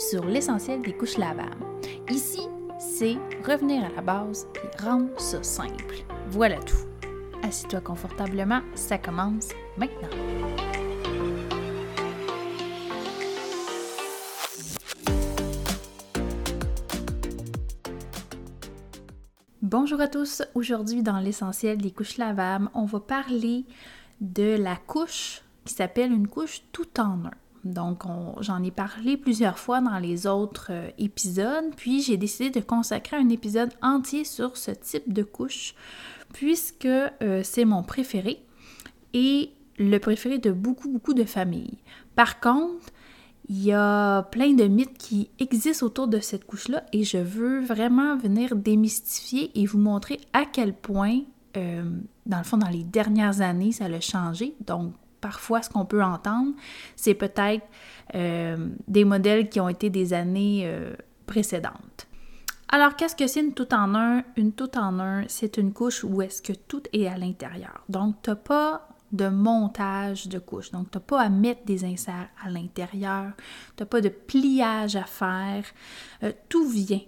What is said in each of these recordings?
sur l'essentiel des couches lavables. Ici, c'est revenir à la base et rendre ça simple. Voilà tout. Assieds-toi confortablement, ça commence maintenant. Bonjour à tous, aujourd'hui dans l'essentiel des couches lavables, on va parler de la couche qui s'appelle une couche tout en un. Donc j'en ai parlé plusieurs fois dans les autres épisodes, puis j'ai décidé de consacrer un épisode entier sur ce type de couche puisque c'est mon préféré et le préféré de beaucoup de familles. Par contre, il y a plein de mythes qui existent autour de cette couche-là et je veux vraiment venir démystifier et vous montrer à quel point, dans le fond, dans les dernières années, ça a changé. Donc, parfois, ce qu'on peut entendre, c'est peut-être des modèles qui ont été des années précédentes. Alors, qu'est-ce que c'est une tout en un? Une tout en un, c'est une couche où est-ce que tout est à l'intérieur. Donc, tu n'as pas de montage de couche. Donc, tu n'as pas à mettre des inserts à l'intérieur, tu n'as pas de pliage à faire, tout vient.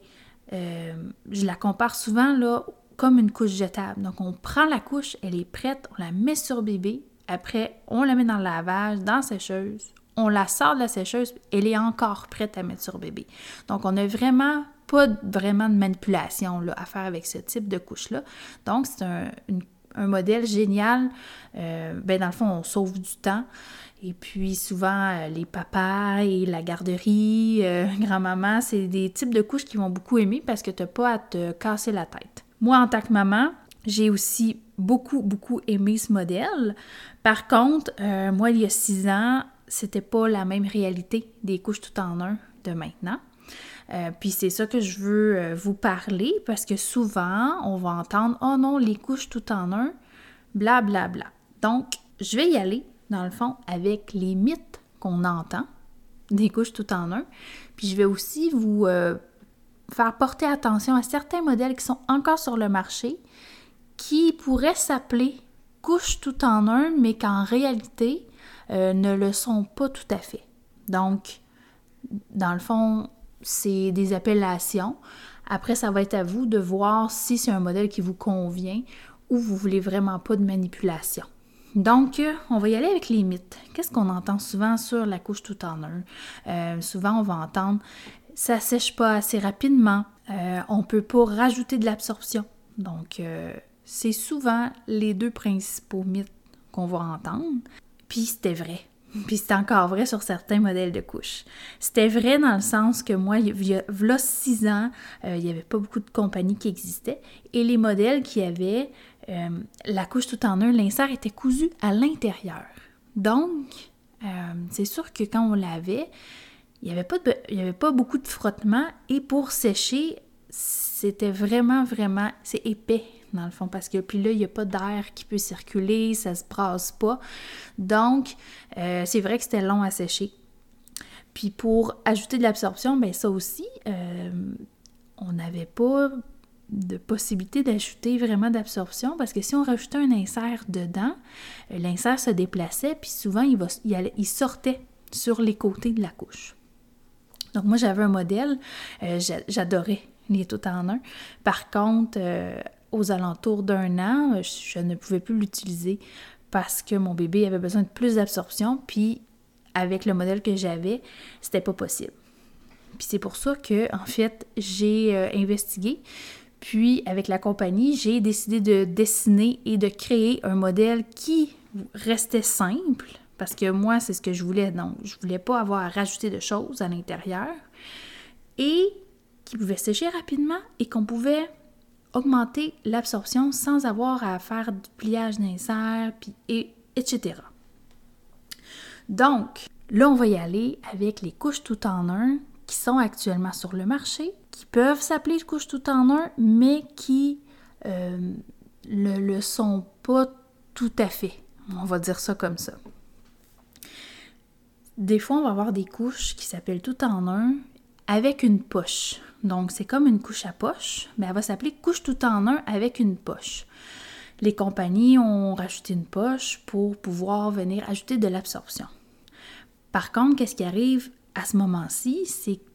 Je la compare souvent là, comme une couche jetable. Donc, on prend la couche, elle est prête, on la met sur bébé, après, on la met dans le lavage, dans la sécheuse, on la sort de la sécheuse, elle est encore prête à mettre sur bébé. Donc, on n'a vraiment pas vraiment de manipulation là, à faire avec ce type de couche-là. Donc, c'est un modèle génial. Dans le fond, on sauve du temps. Et puis, souvent, les papas et la garderie, grand-maman, c'est des types de couches qu'ils vont beaucoup aimer parce que tu n'as pas à te casser la tête. Moi, en tant que maman, j'ai aussi beaucoup aimé ce modèle. Par contre, moi, il y a 6 ans, c'était pas la même réalité des couches tout en un de maintenant. Puis c'est ça que je veux vous parler parce que souvent, on va entendre « Oh non, les couches tout en un, blablabla ». Donc, je vais y aller, dans le fond, avec les mythes qu'on entend des couches tout en un. Puis je vais aussi vous faire porter attention à certains modèles qui sont encore sur le marché qui pourraient s'appeler couches tout en un, mais qu'en réalité, ne le sont pas tout à fait. Donc, dans le fond, c'est des appellations. Après, ça va être à vous de voir si c'est un modèle qui vous convient ou vous voulez vraiment pas de manipulation. Donc, on va y aller avec les mythes. Qu'est-ce qu'on entend souvent sur la couche tout en un? Souvent, on va entendre « ça sèche pas assez rapidement »,« on peut pas rajouter de l'absorption ». Donc, c'est souvent les deux principaux mythes qu'on va entendre. Puis c'était vrai. Puis c'est encore vrai sur certains modèles de couches. C'était vrai dans le sens que moi, il y a 6 ans, il n'y avait pas beaucoup de compagnies qui existaient. Et les modèles qui avaient la couche tout en un, l'insert était cousu à l'intérieur. Donc, c'est sûr que quand on l'avait, il n'y avait pas beaucoup de frottement. Et pour sécher, c'était vraiment, c'est épais dans le fond, parce que puis là, il n'y a pas d'air qui peut circuler, ça se brasse pas. Donc, c'est vrai que c'était long à sécher. Puis pour ajouter de l'absorption, bien ça aussi, on n'avait pas de possibilité d'ajouter vraiment d'absorption, parce que si on rajoutait un insert dedans, l'insert se déplaçait, puis souvent, il sortait sur les côtés de la couche. Donc moi, j'avais un modèle, j'adorais les tout en un. Par contre, aux alentours d'1 an, je ne pouvais plus l'utiliser parce que mon bébé avait besoin de plus d'absorption, puis avec le modèle que j'avais, c'était pas possible. Puis c'est pour ça que, en fait, j'ai investigué, puis avec la compagnie, j'ai décidé de dessiner et de créer un modèle qui restait simple, parce que moi, c'est ce que je voulais. Donc, je voulais pas avoir à rajouter de choses à l'intérieur, et qui pouvait sécher rapidement et qu'on pouvait augmenter l'absorption sans avoir à faire du pliage d'insert, etc. Donc, là, on va y aller avec les couches tout en un qui sont actuellement sur le marché, qui peuvent s'appeler couches tout en un, mais qui le sont pas tout à fait. On va dire ça comme ça. Des fois, on va avoir des couches qui s'appellent tout en un avec une poche. Donc, c'est comme une couche à poche, mais elle va s'appeler couche tout en un avec une poche. Les compagnies ont rajouté une poche pour pouvoir venir ajouter de l'absorption. Par contre, qu'est-ce qui arrive à ce moment-ci? C'est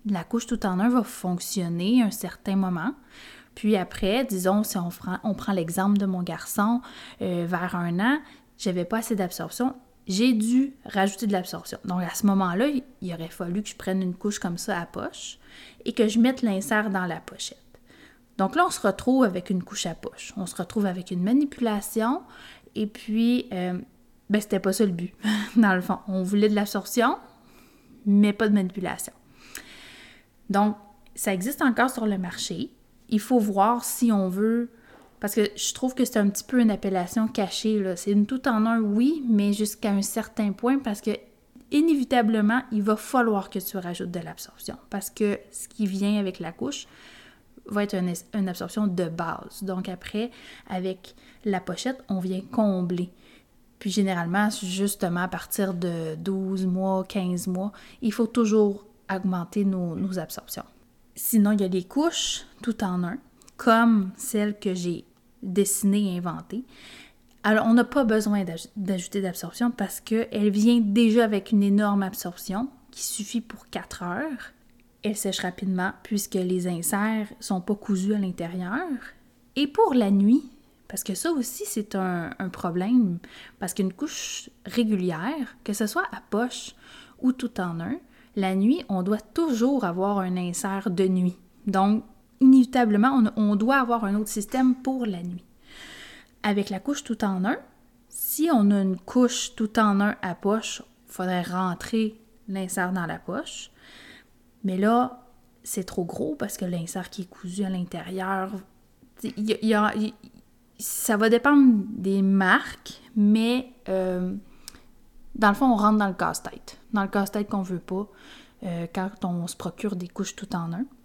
la couche tout en un va fonctionner un certain moment. Puis après, disons, si on prend l'exemple de mon garçon, vers 1 an, j'avais pas assez d'absorption, j'ai dû rajouter de l'absorption. Donc à ce moment-là, il aurait fallu que je prenne une couche comme ça à poche et que je mette l'insert dans la pochette. Donc là, on se retrouve avec une couche à poche. On se retrouve avec une manipulation et puis, c'était pas ça le but, dans le fond. On voulait de l'absorption, mais pas de manipulation. Donc, ça existe encore sur le marché. Il faut voir si on veut, parce que je trouve que c'est un petit peu une appellation cachée, là. C'est une tout en un, oui, mais jusqu'à un certain point, parce que inévitablement, il va falloir que tu rajoutes de l'absorption, parce que ce qui vient avec la couche va être une absorption de base. Donc après, avec la pochette, on vient combler. Puis généralement, justement, à partir de 12 mois, 15 mois, il faut toujours augmenter nos absorptions. Sinon, il y a les couches tout en un, comme celles que j'ai dessinées et inventées. Alors, on n'a pas besoin d'ajouter d'absorption parce qu'elle vient déjà avec une énorme absorption qui suffit pour 4 heures. Elle sèche rapidement puisque les inserts ne sont pas cousus à l'intérieur. Et pour la nuit, parce que ça aussi, c'est un problème, parce qu'une couche régulière, que ce soit à poche ou tout en un, la nuit, on doit toujours avoir un insert de nuit. Donc, inévitablement, on doit avoir un autre système pour la nuit. Avec la couche tout en un, si on a une couche tout en un à poche, il faudrait rentrer l'insert dans la poche. Mais là, c'est trop gros parce que l'insert qui est cousu à l'intérieur, ça va dépendre des marques, mais dans le fond, on rentre dans le casse-tête. Dans le casse-tête qu'on ne veut pas quand on se procure des couches tout en un.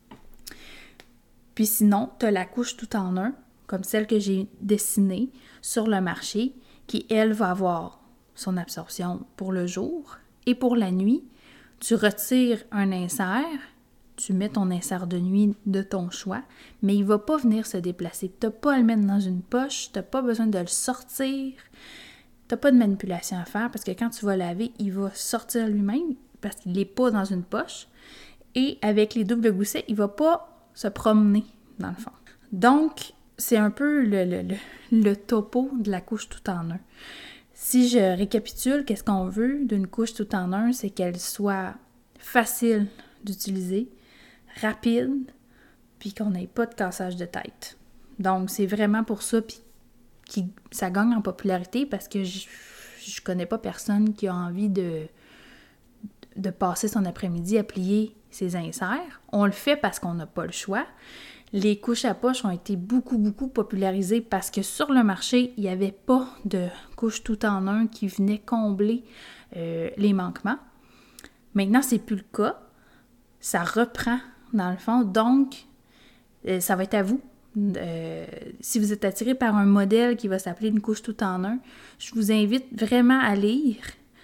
Puis sinon, tu as la couche tout en un, comme celle que j'ai dessinée sur le marché, qui, elle, va avoir son absorption pour le jour et pour la nuit. Tu retires un insert, tu mets ton insert de nuit de ton choix, mais il ne va pas venir se déplacer. Tu n'as pas à le mettre dans une poche, tu n'as pas besoin de le sortir, tu n'as pas de manipulation à faire parce que quand tu vas laver, il va sortir lui-même parce qu'il n'est pas dans une poche. Et avec les doubles goussets, il ne va pas se promener dans le fond. Donc, c'est un peu le topo de la couche tout en un. Si je récapitule, qu'est-ce qu'on veut d'une couche tout en un, c'est qu'elle soit facile d'utiliser, rapide, puis qu'on n'ait pas de cassage de tête. Donc, c'est vraiment pour ça, puis ça gagne en popularité parce que je connais pas personne qui a envie de passer son après-midi à plier ses inserts. On le fait parce qu'on n'a pas le choix. Les couches à poche ont été beaucoup popularisées parce que sur le marché, il n'y avait pas de couche tout en un qui venait combler les manquements. Maintenant, c'est plus le cas. Ça reprend dans le fond. Donc, ça va être à vous. Si vous êtes attiré par un modèle qui va s'appeler une couche tout en un, je vous invite vraiment à lire.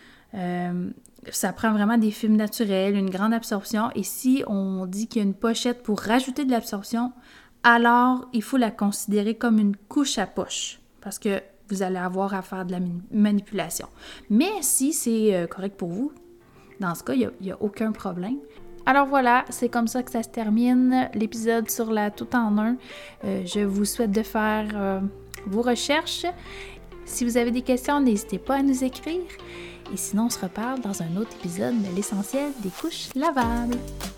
Ça prend vraiment des fibres naturelles, une grande absorption. Et si on dit qu'il y a une pochette pour rajouter de l'absorption, alors il faut la considérer comme une couche à poche parce que vous allez avoir à faire de la manipulation. Mais si c'est correct pour vous, dans ce cas, il n'y a aucun problème. Alors voilà, c'est comme ça que ça se termine l'épisode sur la tout en un. Je vous souhaite de faire vos recherches. Si vous avez des questions, n'hésitez pas à nous écrire. Et sinon, on se reparle dans un autre épisode de l'essentiel des couches lavables.